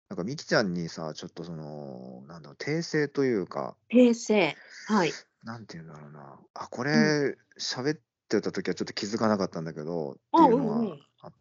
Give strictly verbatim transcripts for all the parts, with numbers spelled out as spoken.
なんかみきちゃんにさ、ちょっとその、なんだろう、訂正というか、 訂正。はい。 なんていうんだろうな、あ、こうん。 れ喋ってた時はちょっと気づかなかったんだけどってあ、 いうのがうんうん。 あって、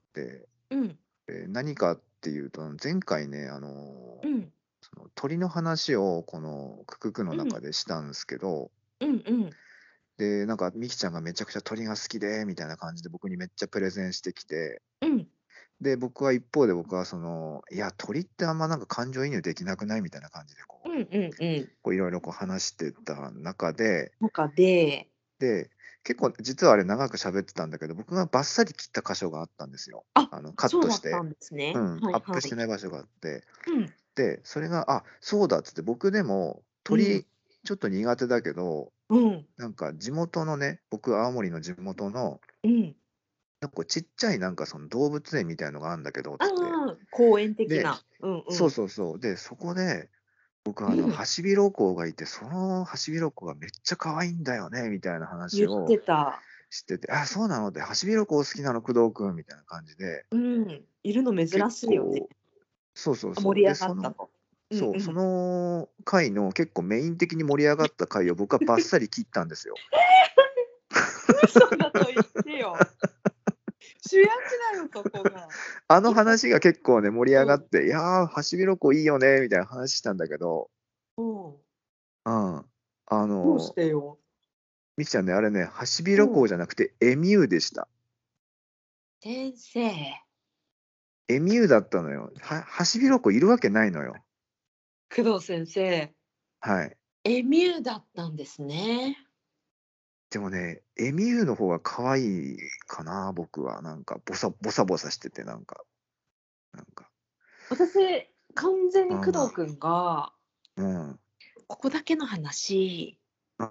うん。 え、何かっていうと、前回ね、あの、 うん。 その鳥の話をこのクククのうん。 中でしたんすけど、 うんうん。 で、なんかみきちゃんがめちゃくちゃ鳥が好きでみたいな感じで僕にめっちゃプレゼンしてきて、 うん。 で、僕は一方で僕はその、いや、鳥ってあんまなんか感情移入できなくないみたいな感じでこううんうんうん。 こういろいろこう話してた中で、 中で、 で、結構実はあれ長く喋ってたんだけど、僕がバッサリ切った箇所があったんですよ。 あ、 あの、カットして。 そうだったんですね。 うん、アップしてはいはい。 ない場所があって。 うん。 で、それが、あ、そうだっつって、僕でもうん。 鳥ちょっと苦手だけど、 うん。 なんか地元のね、僕青森の地元の、 うん。 なんかこうちっちゃいなんかその動物園みたいのがあるんだけどあつって。 あ、公園的で、 な。うんうそうん。 そうそう。で、そこで僕あの、 うん。 ハシビロコウがいて、そのハシビロコウがめっちゃ可愛いんだよねみたいな話言っをてた。 してて、「あ、そうなの？」って、「ハシビロコウ好きなの、工藤君」みたいな感じで、 うん。いるの珍結しいよね。 構そうそうあ、 そう。で、 盛り上がそのったと。うんそう、そうん。 の回の結構メイン的に盛り上がった回を僕はバッサリ切ったんですよ。 嘘だと言ってよ。主役だよ、そこが。 あの今話が結構ね、盛り上がうん。 って、「いや、ハシビロコウいいよね」みたいな話したんだけど、 うん。 うん。あどうしの、 てよ。 みきちゃんね、あれね、ハシビうん。 ロコウじゃなくてエミューでした。 先生、 エミューだったのよ。はハシビロコウいるわけないのよ。 工藤先生、 はい。 エミューだったんですね。 でもね、エミューの方が可愛いかな、僕は。なんか、ボサボサボサしてて、なんかなんか。 私、完全に工藤うん、 くんが、 うん、 ここだけの話、 うん。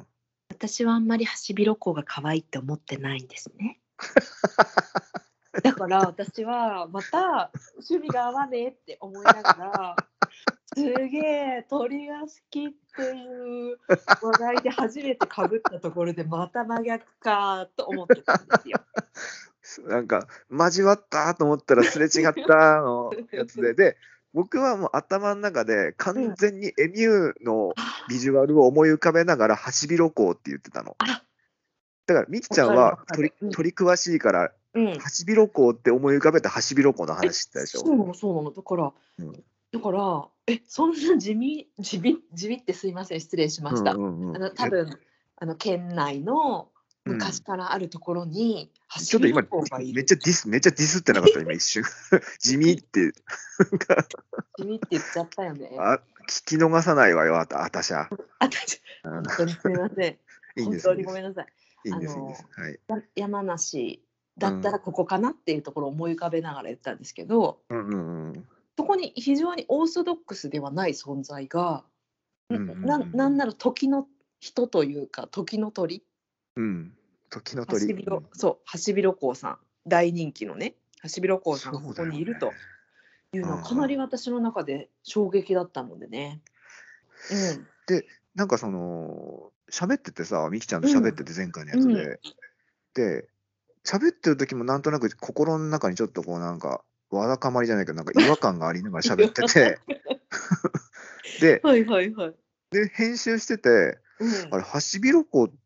私はあんまりハシビロコウが可愛いって思ってないんですね。だから私はまた趣味が合わねえって思いながら、すげえ鳥が好きっていう話題で初めてかぶったところでまた真逆かと思ってたんですよ。 すなんか、交わったと思ったらすれ違ったのやつで、で、僕はもう頭ん中でうん。 完全にエミューのビあジュアルを思い浮かべながら、ハシビロコウって言ってたの。 あ、 だから、ミキ分かる分ちゃんはかる。うん。 鳥鳥詳しいから、 うん。 ハシビロコウって思い浮かべたハシビロコウのえ、 話してたでしょ？ そうなのそうなの。だからうん。 だから、え、そんな地味地味地味ってすいません、失礼しまうんした。 うんうん。 あの、 いや、 多分、あの、県内のうん。 昔からあるところに、ハちょっと今、 シビロコウがいる。 めっちゃディスめっちゃディスってなかった？今一瞬。地味って、なんか、 地味って言っちゃったよね。 あ、聞き逃さないわよ、あたあたしゃ。 あたしうん。 ほんとにすみません。 いいん本当ですいいんです。 にごめんなさい。 いいんあの、 ですいいんです。はい。 や山梨だったらうん。 ここかなっていうところを思い浮かべながら言ったんですけど、 うんうんうん。 そこに非常にオーソドックスではない存在が、 うんうんうん、なんなんんなら時の人というか、時の鳥うん。うん。時のハシ鳥。うん。 ビロそう、ハシビロコウさん、大人気のね、ハシビロコウさんがここそうだよね。 にいるといううのはかなりんうん。 私の中で衝撃だったのでね。うん。 で、なんかその、喋っててさ、ミキちゃんとうん。 喋ってて、前回のやつうん。 で。で、喋ってる時もなんとなく心の中にちょっとこうなんか、わだかまりじゃないけど、なんか違和感がありながら喋ってて、ではいはいはい。 で、編集してて、 うん。 あれ、ハシビロコウって、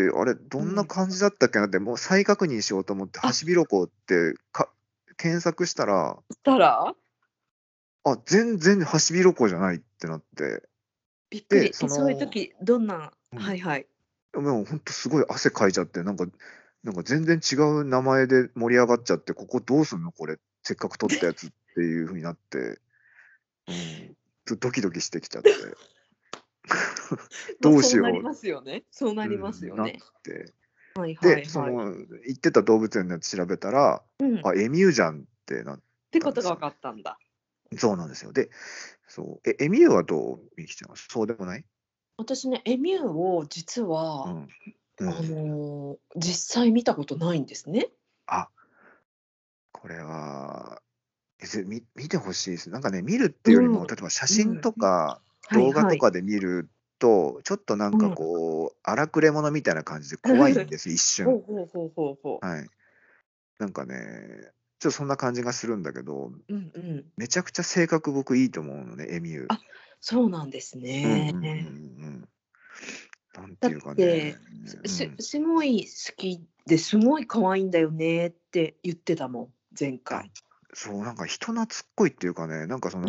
あれ、どんなうん。 感じだったっけなって、もう再確認しようと思って、ハあ、 シビロコウってか検索したら、 したら？ あ、全然ハシビロコウじゃないってなって。で、 びっくり。え、そういうその時どんなうん、 はいはい。 もうほんとすごい汗かいちゃって、なんかなんか全然違う名前で盛り上がっちゃって、ここどうすんのこれ、せっかく撮ったやつっていう風になって、うん、ドドキドキしてきちゃって。 ま、 どうしよう、 そうなりますよね。そうなりますうん、なっよね。 て。 はいはで、 いはい。 その行ってた動物園のやつ調べたら、 うん。っあ、エミューじゃんってなってたんですよね。 ことが分かったんだ。 そうなんですよ。で、そう、え、エミューはどう？ミキちゃんは。そうでもない？ 私ね、エミューを実は、 うん。うあん。 の、実際見たことないんですね。 あ、これは、え、ぜみ見て欲しいです。なんかね、見るっていうよりも、 うん。 例えば写うん。 真とか動画はいはい。 とかで見ると、ちょっとなんかうん。 こう、荒くれ者みたいな感じで怖いんです、一瞬。 ほうほうほうほうほう。 はい。なんかね、 ちょっとそんな感じがするんだけど、 うんうん。 めちゃくちゃ性格僕いいと思うのね、エミュー。 あ、そうなんですうんうんうんうね。 ん。なんだっていうかね、 て、すすうん。 すごい好きですごい可愛いんだよねって言ってたもん、前なん回。 そう、なんか人懐っこいっていうかね、なんかその、 うん。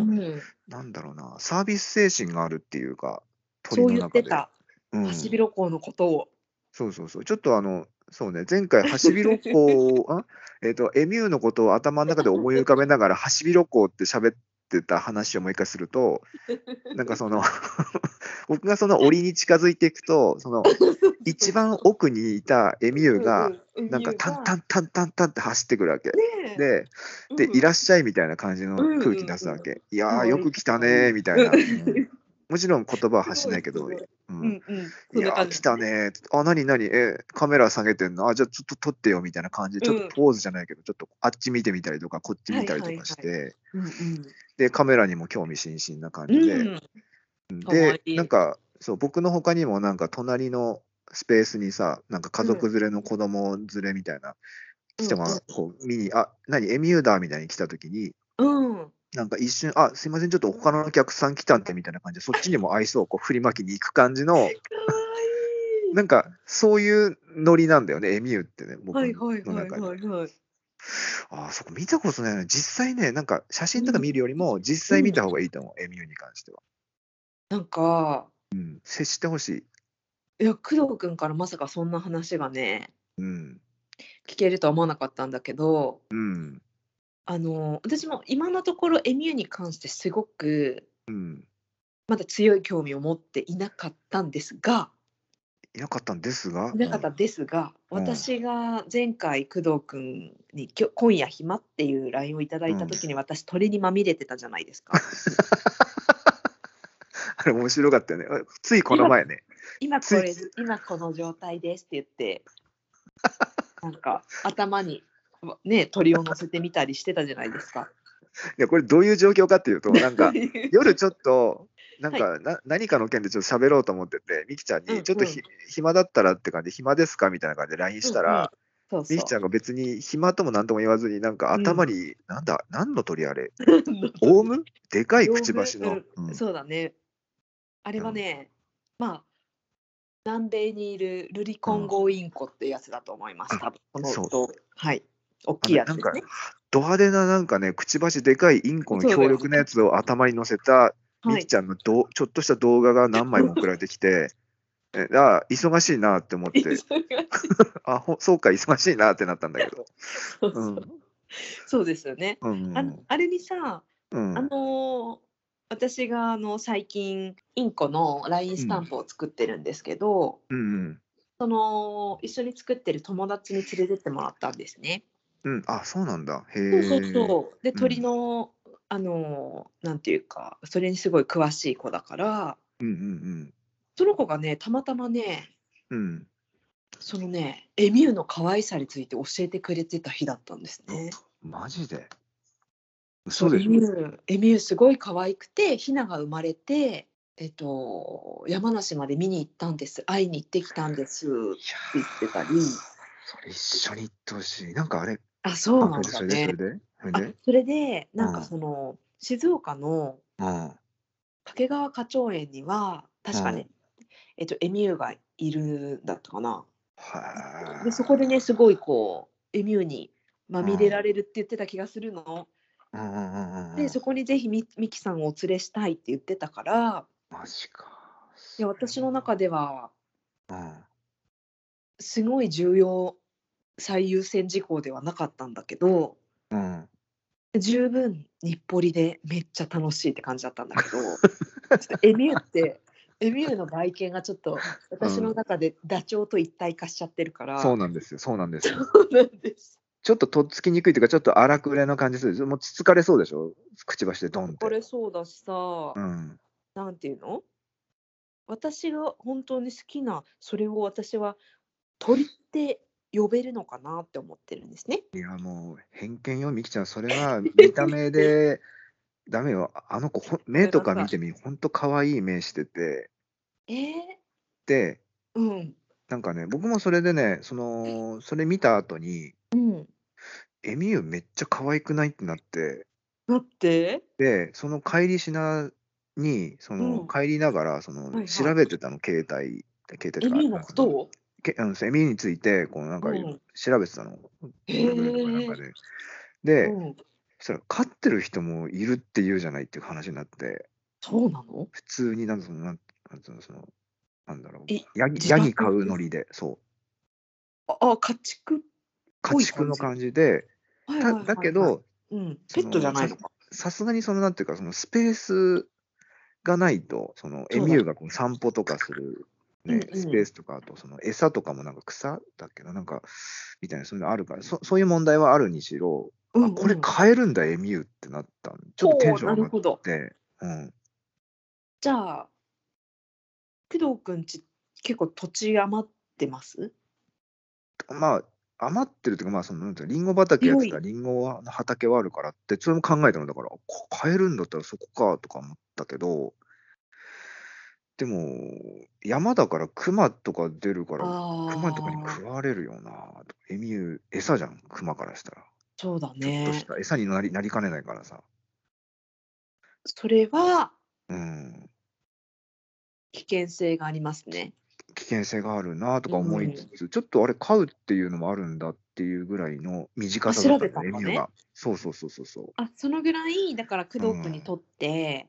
なんだろうな、サービス精神があるっていうか、鳥そうの中で。 言ってた。ハシビうん。 ロコウのことを。 そうそうそう。ちょっとあの、そうね、前回ハシビロコウ、あ、えっと、エミューのことを頭の中で思い浮かべながら、ハシビロコウって喋ってた話をもう一回すると、なんかその僕がその檻に近づいていくと、そのそうそう一番そう。 奥にいたエミューが、 うんうん。エなんかミューが、 タンタンタンタンタンって走ってくるわけ。 ねえ。 で、で、いうん。 らっしゃいみたいな感じのうん空気うんうん。 出すわけ。いやー、よ可愛いく来た可愛い。 ねーみたいうん。 な。うん。もちろん言葉はす発しないけど、 ごいすごい。 うん。 うんうん。そんないやー、来た感じだね。 ねーって、あ、なになに、え、カメラ下げてんの？あ、じゃあちょっと撮ってよみたいな感じで、ちょっとうん。 ポーズじゃないけど、ちょっとあっち見てみたりとか、こっちはい見たりとかはいはい。 して、 うんうん。 で、カメラにも興味津々な感じで、 うん。可愛で、 いい。 なんか、そう、僕の他にもなんか隣のスペースにさ、なんか家うん。 族連れの子供連れみたいなうんうん。 人がこう見に、あ、何、エミューだみたいに来た時に、 うん。 なんか一瞬、あ、すいません、ちょっと他のお客さん来たんでみたいな感じで、そっちにも愛想をこう振りまきに行く感じの、 可愛いい。 なんかそういうノリなんだよね、エミューってね、僕はいはいはいの中で。 はいはい。 ああ、そこ見たことないな。実際ね、なんか写真とかうん。 見るよりも、実際うん。 見た方がいいと思う、エミューに関しては。 なんか、 うん、接してほしい。 いや、工藤くんからまさかそんな話がね、 うん。 聞けるとは思わなかったんだけど、 うん。 あの、私も今のところエミューに関してすごく、 うん。 まだ強い興味を持っていなかったんですがいなかったんですが、うん。 いなかったですが、 うん。 私が前回工藤くんに「きょ今夜暇？」っていう ライン をいただうん。 いた時に、私鳥にまみれてたじゃないですか。 あれ面白かったよね。あ、ついこの今前ね。 今ついこれ今この状態ですって言って、なんか頭に、わね、鳥を乗せてみたりしてたじゃないですか。 いや、これどういう状況かっていうと、なんか、夜ちょっと、なんはい。 か、な何かの件でちょっと喋ろうと思ってて、ミキちゃんに、ちょっとひうんうん。 暇だったらって感じで、暇ですかみたいな感じで ラインうんうん。 したら、 そうそミキちゃんが別に暇ともなんとも言わずに、なんかう。うん。 頭に、なんだ、何の鳥あれ、 の鳥。 オウム？でかいくオウム、 ちばしの、 うん、 うん、 そうだね。あれうん、 はね、まあ、南米にいるルリコンうん。 ゴウインコっていうやつだと思います、 あ、 多分。このそう。 どはい、おっきいあの、なんか、 やつですね。 ド派手ななんかね、くちばしでかいインコのそうだよね。 強力なやつを頭に乗せたミはい。 キちゃんのどちょっとした動画が何枚も送られてきて、え、あ、忙しいなって思って、 忙しい。 あ、ほそうか、忙しいなってなったんだけど。 そううん。 そう。そうですよね。 うあん。 あれにさ、あうん。 の、私があの最近インコの ラインうん。 スタンプを作ってるんですけど、 うんうん。 その一緒に作ってる友達に連れてってもらったんですね。 うん、あ、そうなんだ。へそうそうえ。 そう。で、鳥うん。 の、あの、なんていうか、それにすごい詳しい子だから、 うんうんうん。 その子がね、たまたまね、 うん。 そのね、エミューの可愛さについて教えてくれてた日だったんですね。 マジで？ そう、エ嘘でしょ？ ミューエミューすごい可愛くて、ヒナが生まれて、えっと、山梨まで見に行ったんです。会いに行ってきたんですっていや、 言ってたり、 それ一緒に行ってほしい。なんかあれ、 あ、そうあ、そなんれでそれでそだね。 れで？それあ、 で？ それで、なんかうん。 その、静岡のうん。 掛川花鳥園には、確かね、 うん。 えっと、エミューがいるんだったかな。で、そこでね、 はすごいこう、エミューにまみれあ。 られるって言ってた気がするの。 うん。うんうんうんうんで、 うん。 そこにぜひミミキさんをお連れしたいって言ってたから、 マジか。 いや、 それ私の中ではは、 すごい重要最優先事項ではなかったんだけど、 うん。うん。 十分日暮里でめっちゃ楽しいって感じだったんだけど、ちょっとエミューってエミューの外見がちょっと私のうん。 中でダチョウと一体化しちゃってるかそうら、 なんですよそうなんですよ。 そうなんです。 ちょっととっつきにくいっていうか、ちょっと荒くれの感じする。もうつつかれそうでしょ？くちばしでドンって。 疲れそうだしさ、 うん。 なんていうの、私が本当に好きな、それを私は鳥って呼べるのかなって思ってるんですね。 いや、もう偏見よ、みきちゃん。それは見た目でダメよ。あの子、ほんご目とめんなさい。 か見てみ、ほんと可愛い目してて、 えー、 で、 うん、 なんかね、僕もそれでね、その、それ見た後に、 うん、 エミューめっちゃ可愛くないってなって、 だって、 で、その帰りしなに、そのうん。 帰りながら、そのはいはい。 調べてたの、携帯携帯ってか、 エミューのなんつうの、 ことを？ けあの、セミについて、こうなんかうん。 調べてたの、 へ Google とかなんかえ。 で。で、 うん。 そしたら飼ってる人もいるって言うじゃないっていう話になって、 そうなの？ 普通になんその、なんなんつうの、その、なんだろう、 え、 ヤギ自ヤギ飼う宅で？ ノリで、そう、 ああ、家畜っ家ぽい感じ。 畜の感じで、たはいはいはいはい。 だけど、 うん、ペットじゃその、さないのか。 さすがにそのなんていうか、そのスペースがないと、そのエそうだ。 ミューがこう散歩とかする、 うんね、スうん。 ペースとか、あとその餌とかもなんか草だっけな、なんか、みたいなそういうのあるから、そそういう問題はあるにしろ、あ、これうんうん。 飼えるんだ、エミューってなったんちょっとテンほう、 ション上がっなるほど。 て、うん。 じゃあ、工藤くんち、結構土地余ってます？ まあ、余ってるというか、まあ、その、なんていうの、リンゴ畑やってたら広い？ リンゴは畑はあるからって、それも考えたのだから、こ飼えるんだったらそこかとか思ったけど、でも、山だから熊とか出るから、熊とかにああ、 食われるよなと。エミュー、餌じゃん、熊からしたら。 そうだちょっとしね。 た餌になりなりかねないからさ。 それはうん。 危険性がありますね。 危険性があるなとうか思いつん。 つ、ちょっとあれ飼うっていうのもあるんだっていうぐらいの短あ、 さだったんだよ、 調べたのね。 エミューが。そうそうそうそうそあ、そのぐらい、だから工う。う藤くんにん。 とって、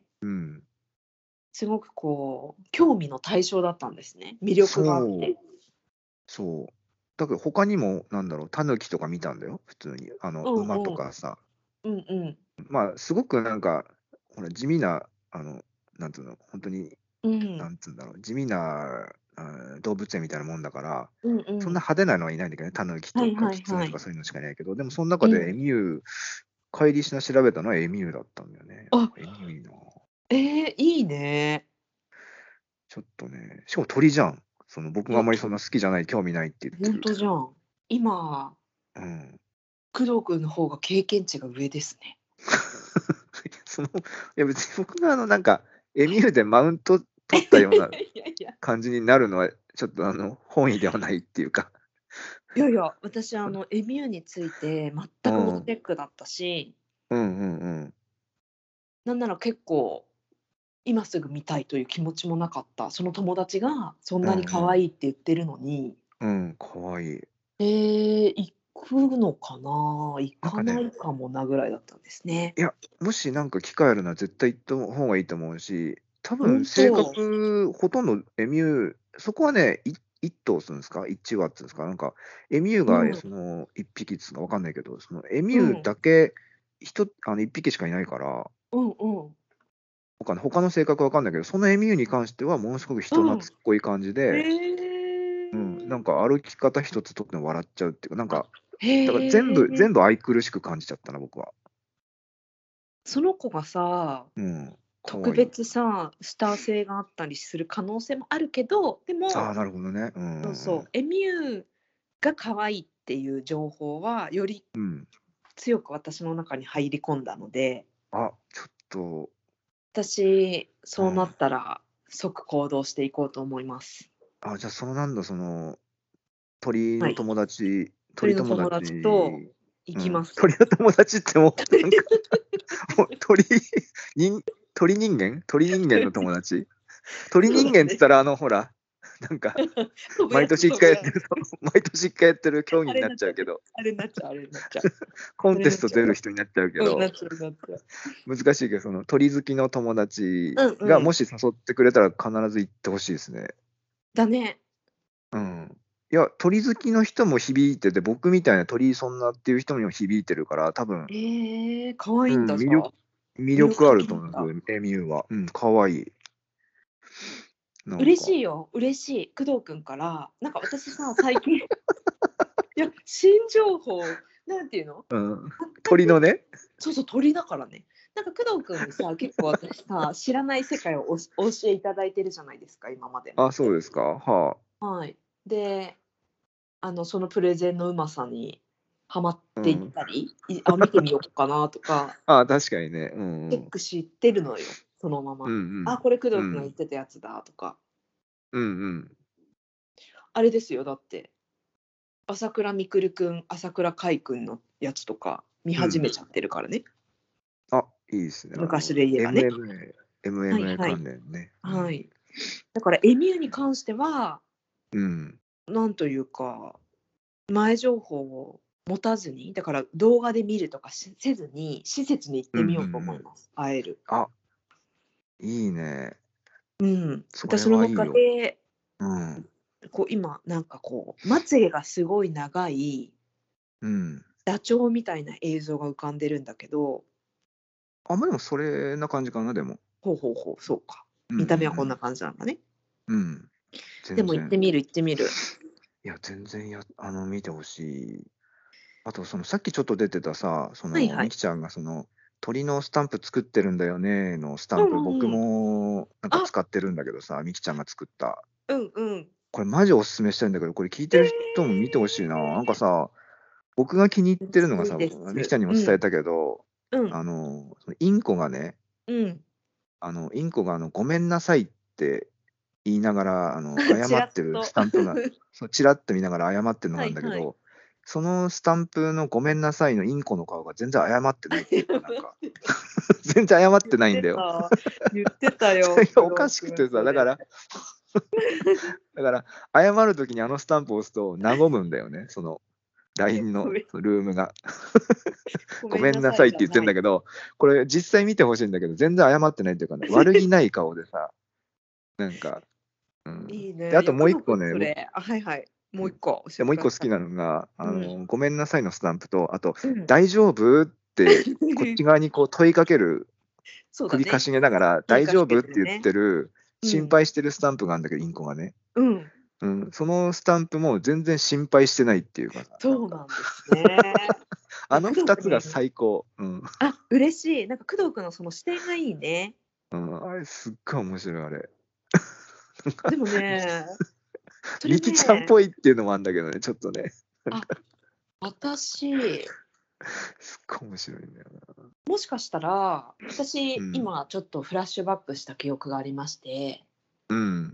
うん。 すごくこう、興味の対象だったんですね。魅力があっそう、 て。 そう。だけど他にも、なんだろう、タヌキとか見たんだよ、普通に。あの、 うん馬とうん。 かさ。 うんうん。 まあ、すごくなんか、ほら、地味な、あの、なんつうの、本当に、 うん。 なんつうんだろう、地味な、あー動物園みたいなもんだから、 うんうん。 そんな派手なのはいないんだけどね、タヌキはいとかはいはい。 キツネとかそういうのしかいないけど、でもその中うん。 でエミュー、帰りしな調べたのはエミューだったんだよね。 あ、 エミューいいな。 ええ、いいね。 ちょっとね、しかも鳥じゃん。その僕いや、 があんまりそんとな好きじゃない、興味ないって言ってほんる。 とじゃん。今、 うん。 工藤くんの方が経験値が上ですね。 その、いや別に僕があのなんか、エミューでマウント取ったようないやいや。 感じになるのは、ちょっとあの、本意ではないっていうか。 いやいや、私あのエミューについて全くノーうん。 チェックだったし、 うんうんうん。 なんなら結構今すぐ見たいという気持ちもなかった。その友達がそんうなに可んうん。 愛いって言ってるのに、 うん、かわいい。 えー行くのかな、行かななんかね、 いかもなぐらいだったんですね。 いや、もしなんか機会あるなら絶対行った方がいいと思うし、多分性本当。 格、ほとんどエミュー、そこはね、い一頭するんですか ?いち 羽っつうんですかなんか、エミューうん、 がそのいっぴきっつうかわかんないけど、そのエミューうん、 だけ、ひとあのいっぴきしかいないから、 うんうん。 他の他の性格わかんないけど、そのエミューに関してはものすごく人懐うん。 っこい感じで、 へうん、 え。 なんか歩き方一つとっても笑っちゃうっていうか、なんあ、 か、だから全部へえ。 全部愛くるしく感じちゃったな、僕は。 その子がさ、 うん、か特わいい。 別さ、スター性があったりする可能性もあるけど、でああ、 も、 なるほどね。うんそううんうん。 そう、エミューが可愛いっていう情報は、よりうん。 強く私の中に入り込んだので、 あ、ちょっと、 私、そうなうん。 ったら即行動していこうと思います。 あ、じゃあ、そのなんだ、その、鳥はい。 の友達鳥友鳥の友達と達うん、 行きます。 鳥の友達ってもう、なんか、もう鳥人鳥人間鳥人間の友達鳥人そうだね。 間っつったら、あの、ほら、なんか、毎飛ぶやつ年いっかいやっ飛ぶやつ。 てるそう毎年いっかいやってる競技になっあれになっちゃうね。 ちゃうけど、 あれになっちゃうあれになっちゃう。 コンテストあれになっちゃうよ。 出る人になっちゃうけうん、なっど、 ちゃうなっちゃう。 難しいけど、その鳥好きの友達うんうん。 がもし誘ってくれたら必ず行ってほしいですね。 だね。 うん。いや、鳥好きの人も響いてて、僕みたいな鳥そんなっていう人にも響いてるから、多分、 ええ、可愛いんだ、 うん、魅力じゃあ。 魅魅力力あると的なんだ。 思います、エミューは。うん、可愛い。なん嬉しか。 いよ、嬉しい。工藤くんから、なんか私さ、最近、いや、新情報、なんていうの、 うん。 全く、 鳥のね。 そうそう、鳥だからね。なんか工藤くんにさ、結構私さ、知らない世界をおしお教えいただいてるじゃないですか、今までも。 あ、そうですか。ははい。で、あの、そのプレゼンのうまさにハマっあ。うていっん。 たり、いあ、見てみようかなとか、 あ、確かにね。うんうん。 チェックしてるのよ、そのまま。 うんうあ、 ん。 これ工藤くんが言っうん。 てたやつだとか。 うんうん。 あれですよ、だって、朝倉未来くん、朝倉海くんのやつとか見うん。 始めちゃってるからね。 あ、いいですね。あ昔の、 で言えばね。 エムエムエー、 はいエムエムエーはい。 関連ね。うはん。 い。だからエミューに関しては、 うん。 なんというか、前情報を持たずに、だから動画で見るとかしせずに、施設に行っうんうんうてみようと思いん。 ます。会える。 あ、いいね。 うん。 それ私の中はいいよ。 で、 うん。 こう今なんかこう、まつげがすごい長いうん。 ダチョウみたいな映像が浮かんでるんだけど、 あ、ま、でもそれな感じかな、でも。 ほうほうほう、そうか。 うんうん見た目はこんなうん。 感じなんだね。 うん。 でも行って全然。 みる行ってみる。 いや、全然やあの、見てほしい。あとそのさっきちょっと出てたさ、その、 はいはい。 みきちゃんがその、鳥のスタンプ作ってるんだよねのスタうンプ、僕んうんうん。 もなんかあ、 使ってるんだけどさ、みきちゃんが作った。 うんうん。 これマジおすすめしたいんだけど、これ聞いてる人も見てほしいな。なんかえさ、僕が気に入ってるのがさ、 嬉しいでみきちす。 ゃんにもうん、 伝えたけど、 うん、 あの、そのインコがね、 うん。 あの、インコがあの、ごめんなさいって言いながら、あの、謝ちらっってるスと。 タンプが、そう、ちらっと見ながら謝ってるのがあはいはい。 るんだけど、そのスタンプのごめんなさいのインコの顔が全然謝ってないっていうか、なんか、全然謝って言っないんだよ。 てた。言ってたそれよ、 がおか工藤君しくてさ、 それ。 だからだから、謝る時にあのスタンプを押すと和むんだよね、その ライン のごめん、 そのルームが。 ごごめめんなさいんなさいって言ってんじゃない。 だけど、これ実際見てほしいんだけど、全然謝ってないっていうかね、悪気ない顔でさ、なんか、うん。で、 いいね。いや、 あとも工藤う一個ね、僕君それ、あ、はいはい。もうん。 う一個教えで、 てください。 もう一個好きなのが、あうん。 の、ごめんなさいのスタンプと、あと、 うん。 大丈夫ってこっち側にこう問いかける、 そうだね。 首かしげながら、大丈言いかけ夫って言ってるね。 てる、心うん。 配してるスタンプがあるんだけど、インコがね。 うん。 うん、そのスタンプも全然心配してないっていうかさ、なんか、 そうなんですね。いや、 あの工ふたつが藤君最高。うん。 あ、嬉しい。なんか工藤君のその視点がいいね。 うん、あれすっごい面白い、あれ。なんか、 でもみきね、それみきちゃんっね、 ぽいっていうのもあるんだけどね、ちょっとね。なんあ、 か、 私、 すっごい面白いんだよな。 もしかしたら、 うん。 私今ちょっとフラッシュバックした記憶がありまして、 うん。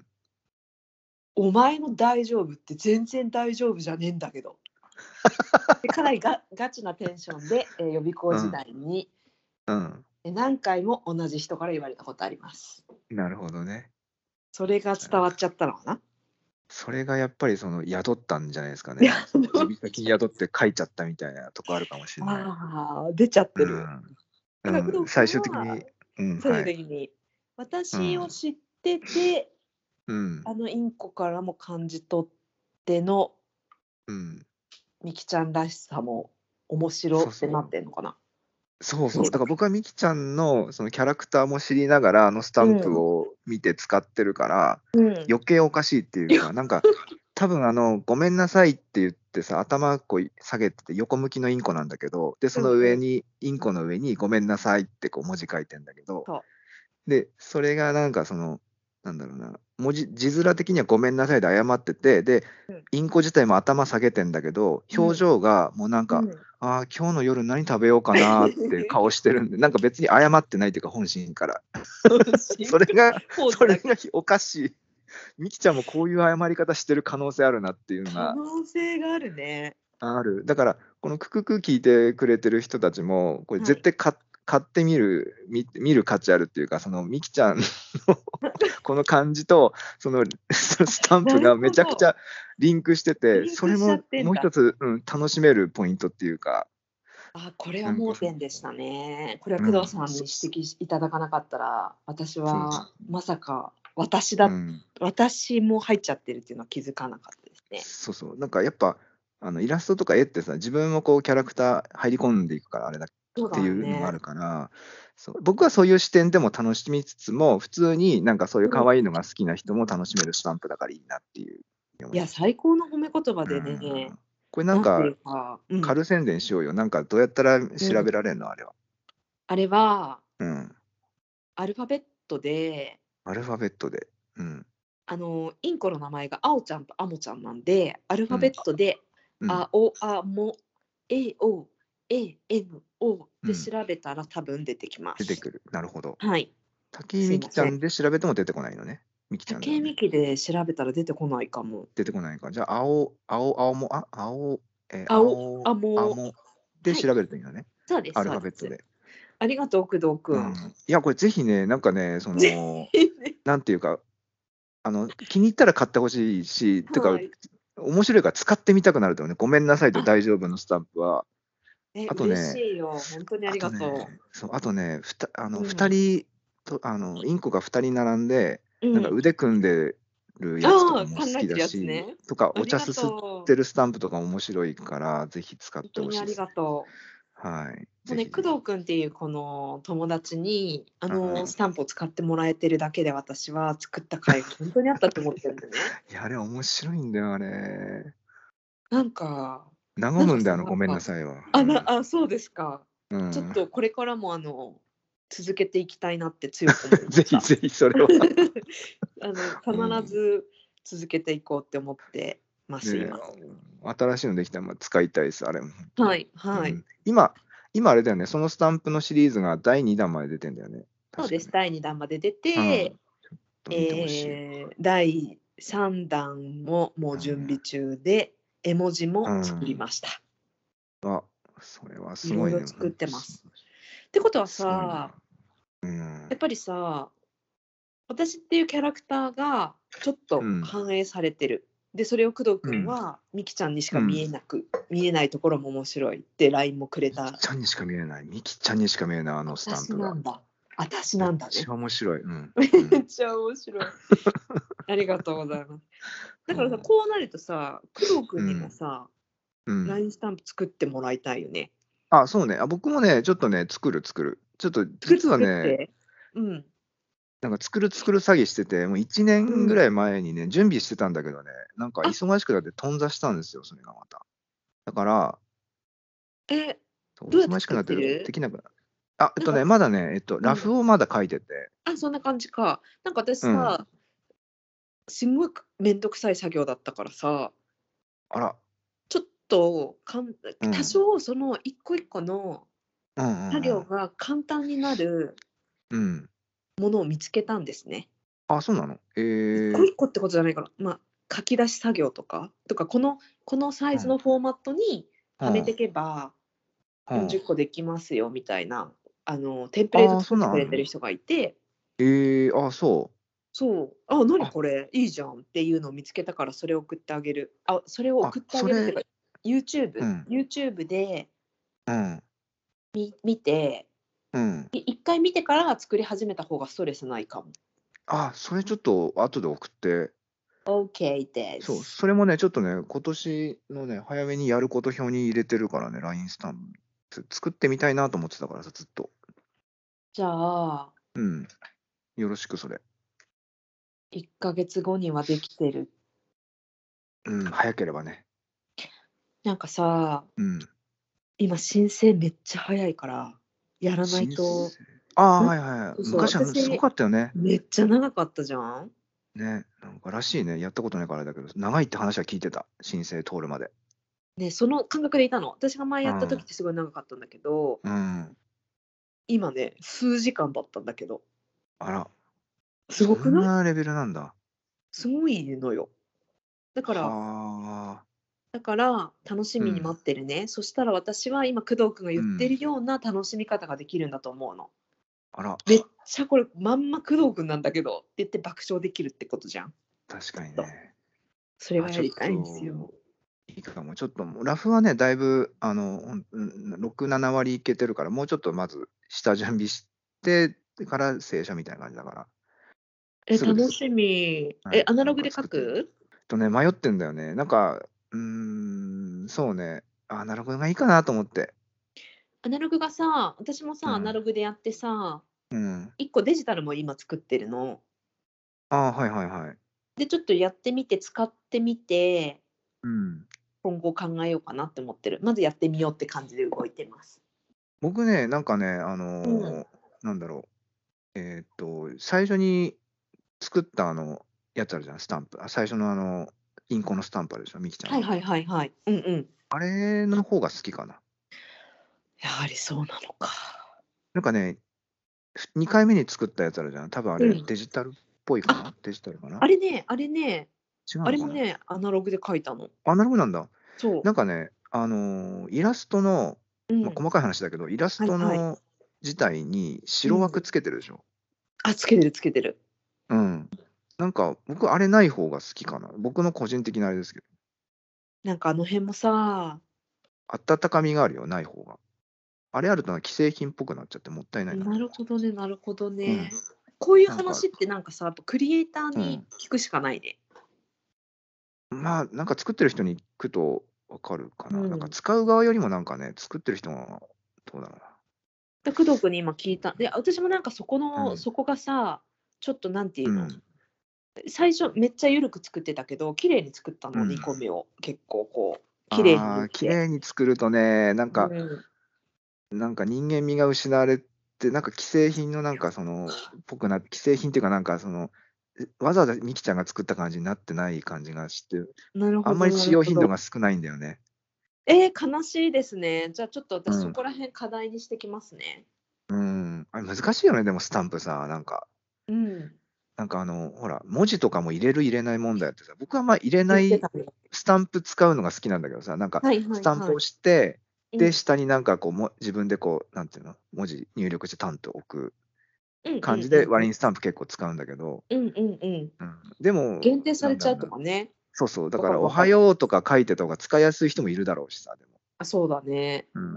お前の大丈夫って全然大丈夫じゃねえんだけど。で、かなりガガチなテンションで、え、予備校時うん。 代に、 うん。 え、何回も同じ人から言われたことあります。 なるほどね。 それが伝わっちゃったのかな。 それがやっぱりその宿ったんじゃないですかいや、 ね。その指先に宿って書いちゃったみたいなとこあるかもしれない。 ああ、出ちゃってる。 うん。 だから工うん、 藤君最終的は、 にうん、 最はい。 終的に、私をうん。 知ってて、 うん。 あのインコからも感じ取ってのうん。 ミキちゃんらしさも面白ってなっそうそう。 てんのかな。 そうそう。だからもしかして。 僕はミキちゃんのそのキャラクターも知りながら、あのスタンプうん。 を見て使ってるから、 うん。 余計おかしいっていうか、なんか、多分あの、ごめんなさいって言ってさ、頭こう下げてて横向きのインコなんだけど、で、そのうんうん。 上に、インコの上にごめんなさいってこう文字書いてんだけど、 そう。 で、それがなんかその、なんだろうな、文字字面的にはごめんなさいで謝ってて、で、 うん。 インコ自体も頭下げてんだけど、 うん。 表情がもうなんか、 うん。 ああ、今日の夜何食べようかなっていう顔してるんで、なんか別に謝ってないっていうか、本心から。 進化それが、 ポーズだけ。 それがおかしい。ミキちゃんもこういう謝り方してる可能性あるなっていうの可が能性があるね。 ある。だから、このククク聞いてくれてる人たちも、これはい。 絶対か買ってみる、み見る価値あるっていうか、そのミキちゃんのこの感じと、そのスタンなるプがめほど。 ちゃくちゃリンクしてて、 リンクしちゃそれもってんだ。 もう一つ、うん、楽しめるポイントっていうか、 あ、これはなんか盲そうそう。 点でしたね。これは工藤うん、 さんに指そそ摘いただかなかったら、私そうそはまさか私う。うだん。 私も入っちゃってるっていうのは気づかなかったですね。 そうそう。なんかやっぱ、あのイラストとか絵ってさ、自分もこうキャラクター入り込んでいくからあれだっそうていうのがあだよね。 るから、そう、僕はそういう視点でも楽しみつつも、普通になんかそういううん。 可愛いのが好きな人も楽しめるスタンプだからいいなっていう思いや、 いました。 最高の褒め言葉うでね、 ん。これなんかなんていうか、うん、 軽宣伝しようよ。なんかどうやったら調うん。 べられるのあれは。 あれはうん。 アルファベットで、 アルファベットで。うん。 あの、インコの名前があおちゃんとあもちゃんなんで、アルファベうん。 ットで、 うん。 あおあも、えお、ええぬおでうん。 調べたら多分出てきます。 出てくる。なるほど。 はい、 竹井美紀ちゃすいません。 んで調べても出てこないのね。美紀ちゃんだよね。 竹井美希で調べたら出てこないかも。 出てこないか。じゃあ、青青青もあ、青、え、 あお青あも、 あもではい。 調べるといいのね。 そうです、 アルそうです。 ファベットで。 ありがとう、工藤うくん。 ん。いや、これぜひね、なんかね、そぜの、 ひね。 なんていうか、あの、気に入ったら買ってほしいし、てか、 はい。 面白いから使ってみたくなるとね、ごめんなさいとあ、 大丈夫のスタンプは、 え、 あと嬉しね、 いよ。本当にありあとがとね、そう、あとね、ふたあう。 の、2 うん。 人と、あの、インコがふたり並んで、なんかうん。 腕組んでるやつとああ、 かも好き考えてるやつだし、 ね。 とか、 ありがお茶すすっとう。 てるスタンプとか面白いから、ぜひ使っ本当にありてほしいですね。 がとう。 はい。 もうね、 ぜひぜひ。 工藤くんっていうこの友達に、あうのスん。 タンプを使ってもらえてるだけで、私は作った甲斐が本当にあったと思ってるんだね。 いや、あれ面白いんだよ、あれ。 なんか和むんだよ、 なんかさ、 あのごめんなさいは。うあ、なん。 あ、そうですか。 うん。 ちょっとこれからもあの、続けていきたいなって強く思いました。 ぜひぜひそれは。 あの、 うん。 必ず続けていこうって思ってます、 ね、 今。 新しいのできたら、ま、使いたいです、あれも本当に。 はいはい。 うん。今今あれだよね、そのスタンプのシリーズがだいにだんまで出てんだよね、 そうです、 確かね。 だいにだんまで出うん。 て、 ちょっと見てほしいわ。 ええ、だいさんだんももううん。 準備中で、絵文字うも作りん。 ました。 あ、それはすごいね、 いろいろ作っほんとすてます。ってことはすごいな。 さ、 うん。 やっぱりさ、私っていうキャラクターがちょっとうん。 反映されてる。で、それを工藤くんうん。 はミキちゃんにしか見うん。 えなく見えないところも面白いって ライン もくれミキた。 ちゃんにしか見えない。ミキちゃんにしか見えない、あのスタンプが。 私なんだ。私めっなんだね。 ちゃ面白い。うん。うん。 めっちゃ面白い。ありがとうございます。だからさ、 うん。 こうなるとさ、工藤くんにもうん。 さ、 うん。 ライン スタンプ作ってもらいたいよね。 あ、そうね。あ、僕もね、ちょっとね、作る作る。ちょっと作実はね、 作って。うん。 なんか作る作る詐欺してて、もういちねんうん。 ぐらい前にね、準備してたんだけどね、なんかあ、 忙しくなって頓挫したんですよ、それがまた。だから、 え、 そう、 どうやって作っ忙しくなっててる？ できなくなあ、えっなんかとね、まだね、えっと、ラうん。 フをまだ書いてて、 あ、そんな感じか。なんか私うん。 さ、すんごくめんどくさい作業だったからさ、 あら、 ちょっとかん多うん。 少その一個一個のうんう作んうん。 業が簡単になるうん。 ものを見つけたんですね。 あ、そうなの？ 一個ええ。 一個ってことじゃないから、まあ、書き出し作業とか、とか、このこのサイズうん。 のフォーマットにうん。 はめてけばうん。 よんじゅっこできますよみたいな、あの、テンプレートああ、そ作ってんなんあんの？ くれてる人がいて、 ええ、あ、そう。 そう、「あ、何あ、 これ、いいじゃん」っていうのを見つけたから、それを送ってあげる。あ、それをあ、 送ってあそれげるっていうか、YouTube？ うん、 YouTube でうん、 み見て、 うん。 い一回見てから作り始めた方がストレスないかも。 あ、それちょっと後で送って。 オーケー でそう、 す。 それもね、ちょっとね、今年のね、早めにやること表に入れてるからね、ライン スタンプ。作ってみたいなと思ってたからさ、ずっと。 じゃあ、 うん。よろしくそれ。 いっかげつごにはできてる。 うん、早ければね。 なんかさ、 うん。 今申請めっちゃ早いから、やらない申と。 請ああ、 なはいはいはい。 そうそう、 昔はすご私、 かったよね。 めっちゃ長かったじゃん。 ね、なんからしいね。やったことないからあれだけど、長いって話は聞いてた。申請通るまで。 ね、その感覚でいたの。私が前やった時っうん。 てすごい長かったんだけど、 うん。 今ね、数時間だったんだけど、 あら、そすごくない？ んなレベルなんだ。 すごいのよ。だからはあ。 だから楽しみにうん。 待ってるね。そしたら私は今工藤くんが言ってうん。 るような楽しみ方ができるんだと思うの。 あら、 めっちゃこれまんま工藤くんなんだけどって言って爆笑できるってことじゃん、 確かきっと。 にね。あ、 それがやちょっりたいんですよ。 と、いいかも。ちょっともうラフはね、だいぶあの、ほんうん、ろく、なな割いけてるから、もうちょっとまず下準備してから正社みたいな感じだから、 え、 すぐです。 楽しみ。え、 はい、なんアナログで書か作ってみく？ とね、迷ってんだよね。なんか、うーん、そうね、アナログがいいかなと思って。 アナログがさ、私もさ、アナうん、 ログでやってさ、 うん。 いっこデジタルも今作ってるの。 ああ、はいはいはい。 で、ちょっとやってみて、使ってみて、 うん。 今後考えようかなって思ってる。まずやってみようって感じで動いてます。 僕ね、なんかね、あうん。 の、なんだろう、えっと、最初に作ったあの、やつあるじゃん、スタンプ。あ、最初のあの、インコのスタンプあるでしょ、ミキちゃんの。 はいはいはいはい。うんうん。 あれの方が好きかな。 やはりそうなのか。 なんかね、ふにかいめに作ったやつあるじゃん。多分あれうん。 デジタルっぽいかあ、 な？デジタルかな？ あれねあれね、 違うのかな？ あれもね、アナログで書いたの。 アナログなんだ。 そう。 なんかね、あの、イラストのうん。 まあ、細かい話だけど、イラスはいはい。 トの自体にうん。 白枠つけてるでしょ。 あ、つけてるつけてる。 うん。なんか僕あれない方が好きかな。僕の個人的なあれですけど。 なんかあの辺もさ、 温かみがあるよ、ない方が。あれあるとなんか既製品っぽくなっちゃってもったいないなとなる思っちゃほどねなるほどう。うね。 ん。 こういうなんか、 話ってなんかさ、やっぱクリエイターにうん。 聞くしかないね。 まあ、なんか作ってる人に聞くとわかるかな。なんかうん。 使う側よりもなんかね、作ってる人がどうだろで、工藤君に今聞いた。で、私もなんかそこうな。うのん。 そこがさ、ちょっとなんていうの、 うん。 最初めっちゃ緩く作ってたけど、綺麗に作ったの、 うん。 にこめを。結構こう、綺麗に塗ああ、綺って。 麗に作るとね、なんか、 うん。 なんか人間味が失われて、なんか既製品のなんかその、ぽくな既製品っていうかなんかその、えわざわざミキちゃんが作った感じになってない感じがして、 なるほどあんまりなるほど。 使用頻度が少ないんだよね。 えー、悲しいですね。じゃあちょっと私そうん。 こら辺課題にしてきますね。 うん。あれ難しいよね、でもスタンプさ、なんか。 うん。 なんかあの、ほら、文字とかも入れる入れない問題ってさ、僕はまあ入れない言ってたね。 スタンプ使うのが好きなんだけどさ、なんかはいはいはい。 スタンプをして、で、 うん。 下になんかこうも自分でこう、なんていうの、文字入力してタンと置くうんうん感じで、 うんうん。 割にスタンプ結構使うんだけど、 うんうんうん。 うん、でも、 限定されちゃうとなんだろうな。 かね。 そうそう、だわからおかるわかる。 はようとか書いてた方が使いやすい人もいるだろうしさ、でも。 あ、そうだね。 うん。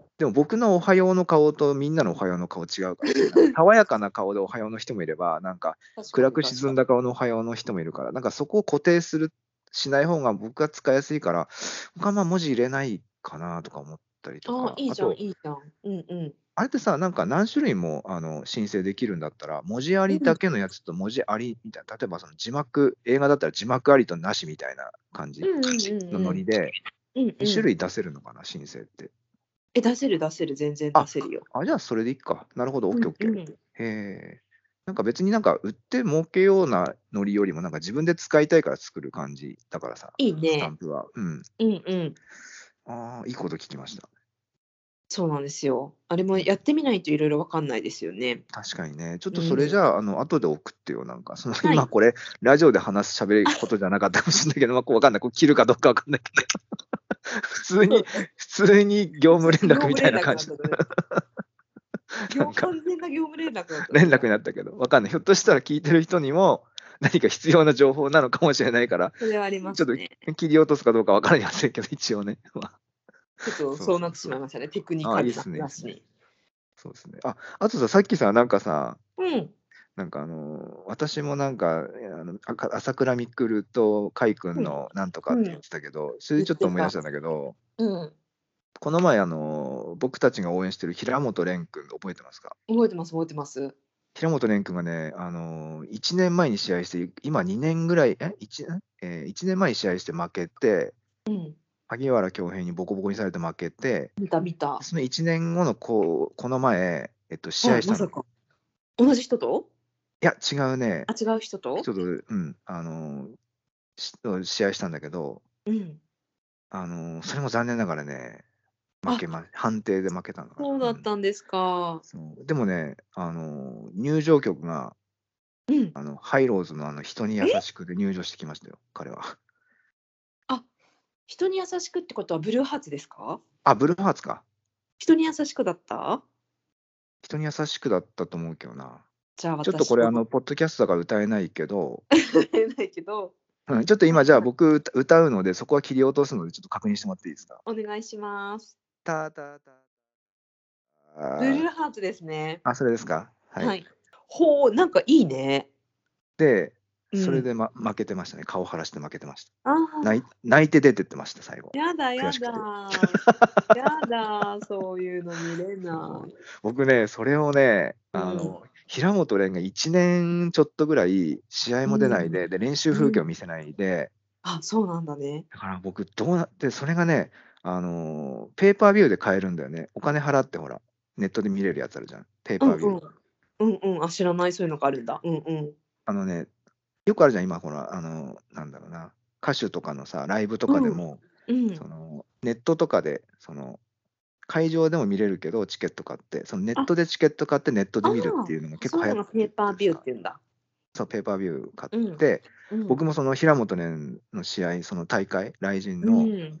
でも僕のおはようの顔とみんなのおはようの顔違うからさ、なんか爽やかな顔でおはようの人もいれば、なんか確か暗くに確かに。 沈んだ顔のおはようの人もいるから、なんかそこを固定するしない方が僕は使いやすいから、僕はまあ文字入れないかなとか思ったりとああ、 か、 いいじゃんあと、 いいじゃん。うんうん。 あれってさ、なんか何種類もあの申請できるんだったら、文字ありうん。 だけのやつと文字ありみたいな、例えばその字幕、映画だったら字幕ありとなしみたいな感じうんうんうんのうん。 ノリで、にうんうん。 種類出せるのかな、申請って。 え、出せる出せる、全然出あ、 せるよ。 あ、じゃあそれでいいか。なるほど、オッうんケーオッケー。 うん。 へえ。なんか別になんか売って儲けようなノリよりも、なんか自分で使いたいから作る感じだからさ、スタいいね。 ンプは。うん。 うんうん。 ああ、いいこと聞きました。 そうなんですよ。あれもうん。 やってみないといろいろわかんないですよね。 確かにね。ちょっとそれじうん。 ゃあ、あの、後で送ってよ、なんか。その、 はい。 今これ、ラジオで話す喋ることじゃなかったかもしれないけど、まあ、こうわかんない。こう切るかどうかわかんないけど、普通に、 そうね。 普通に業務連絡み業務連たいな感じ。 絡だったのね。業なんか、 完全な業務連絡だったの連絡ね。 になったけど、わかんない。ひょっとしたら聞いてる人にも、何か必要な情報なのかもしれないから、 それはありまちょっすね。 と切り落とすかどうかわかりませんけど、一応ね。まあ、 ちょっとそうそうなってそうそう。 しまいましたね、テクニああ、 カルないいっすね、いいっすね。 話に。 そうですね。あ、あとさ、さっきさ、なんかさ、 うん。 なんかあの、私もなんか、えあの、あか朝倉未来と海君うん。 のなんとかっうん。 て言ってたけど、それでちょっと言ってた。 思い出したんだけど、 うん。 この前あの、僕たちが応援してる平本蓮君覚えてますか？ 覚えてます覚えてます。 平本蓮君がね、あの、いちねんまえに試合して、今にねんぐらい、え、いちん？ええ、いちねんまえに試合して負けて、 うん。 萩原恭平にボコボコにされて負けて、 見た見た。 そのいちねんごのこうこの前、えっと、試はい、 合したの。 まさか。同じ人と？ いや、違うね、 あ、違う人と？ 人と、うん、あの、しと試合したんだけど、 うん。 あの、それも残念ながらね、負あ、 けま判定で負けたのかな。 そうだっうん。 たんですか。 そう。でもね、あの、入場曲が、 うん。 あの、ハイローズのあの、人に優え？ しくで入場してきましたよ、彼は。 あ、人に優しくってことはブルーハーツですか？ あ、ブルーハーツか。 人に優しくだった？ 人に優しくだったと思うけどな。 じゃあちょっとこれ、あ私のの、ポッドキャストだから歌えないけど、 言えないけど、 うん、ちょっと今じゃあはいはい。 僕歌歌うので、そこは切り落とすので、ちょっと確認してもらっていいですか？ お願いします。 たたたあブルーハーツですね。 あ、それですか？はい。 はい。ほう、なんかいいね。 で、それうん。 で、ま負けてましたね。顔腫らして負けてました。 あないあ、 泣いて出てってました、最後。 やだや悔しくて。 だ。やだ、そういうの見れない。 僕ね、それをね、 うん。 あの、平本蓮がいちねんちょっとぐらい試合も出うん。 ないで、で、練習風景うん。 を見せないで、 あ、そうなんだね。 だから僕どうなってそれがね、あの、ペーパービューで買えるんだよね。お金払ってほら、ネットで見れるやつあるじゃん、ペーパービュー。 うんうん。うんうん。あ、知らない、そういうのがあるんだ。うんうん。 あのね、よくあるじゃん、今ほら、あの、なんだろうな、歌手とかのさ、ライブとかでうん。 も、 うん。 その、ネットとかで、その、会場でも見れるけど、チケット買って、そのネッあ、 トでチケット買ってネットあで見るっていうのがあ、そういうのが結構流行ってペーパービューっててさ、 言うんだ。 そう、ペーパービュー買っうん。 て、 うん。 僕もその平本蓮の試合、その大会、ライジンうのん。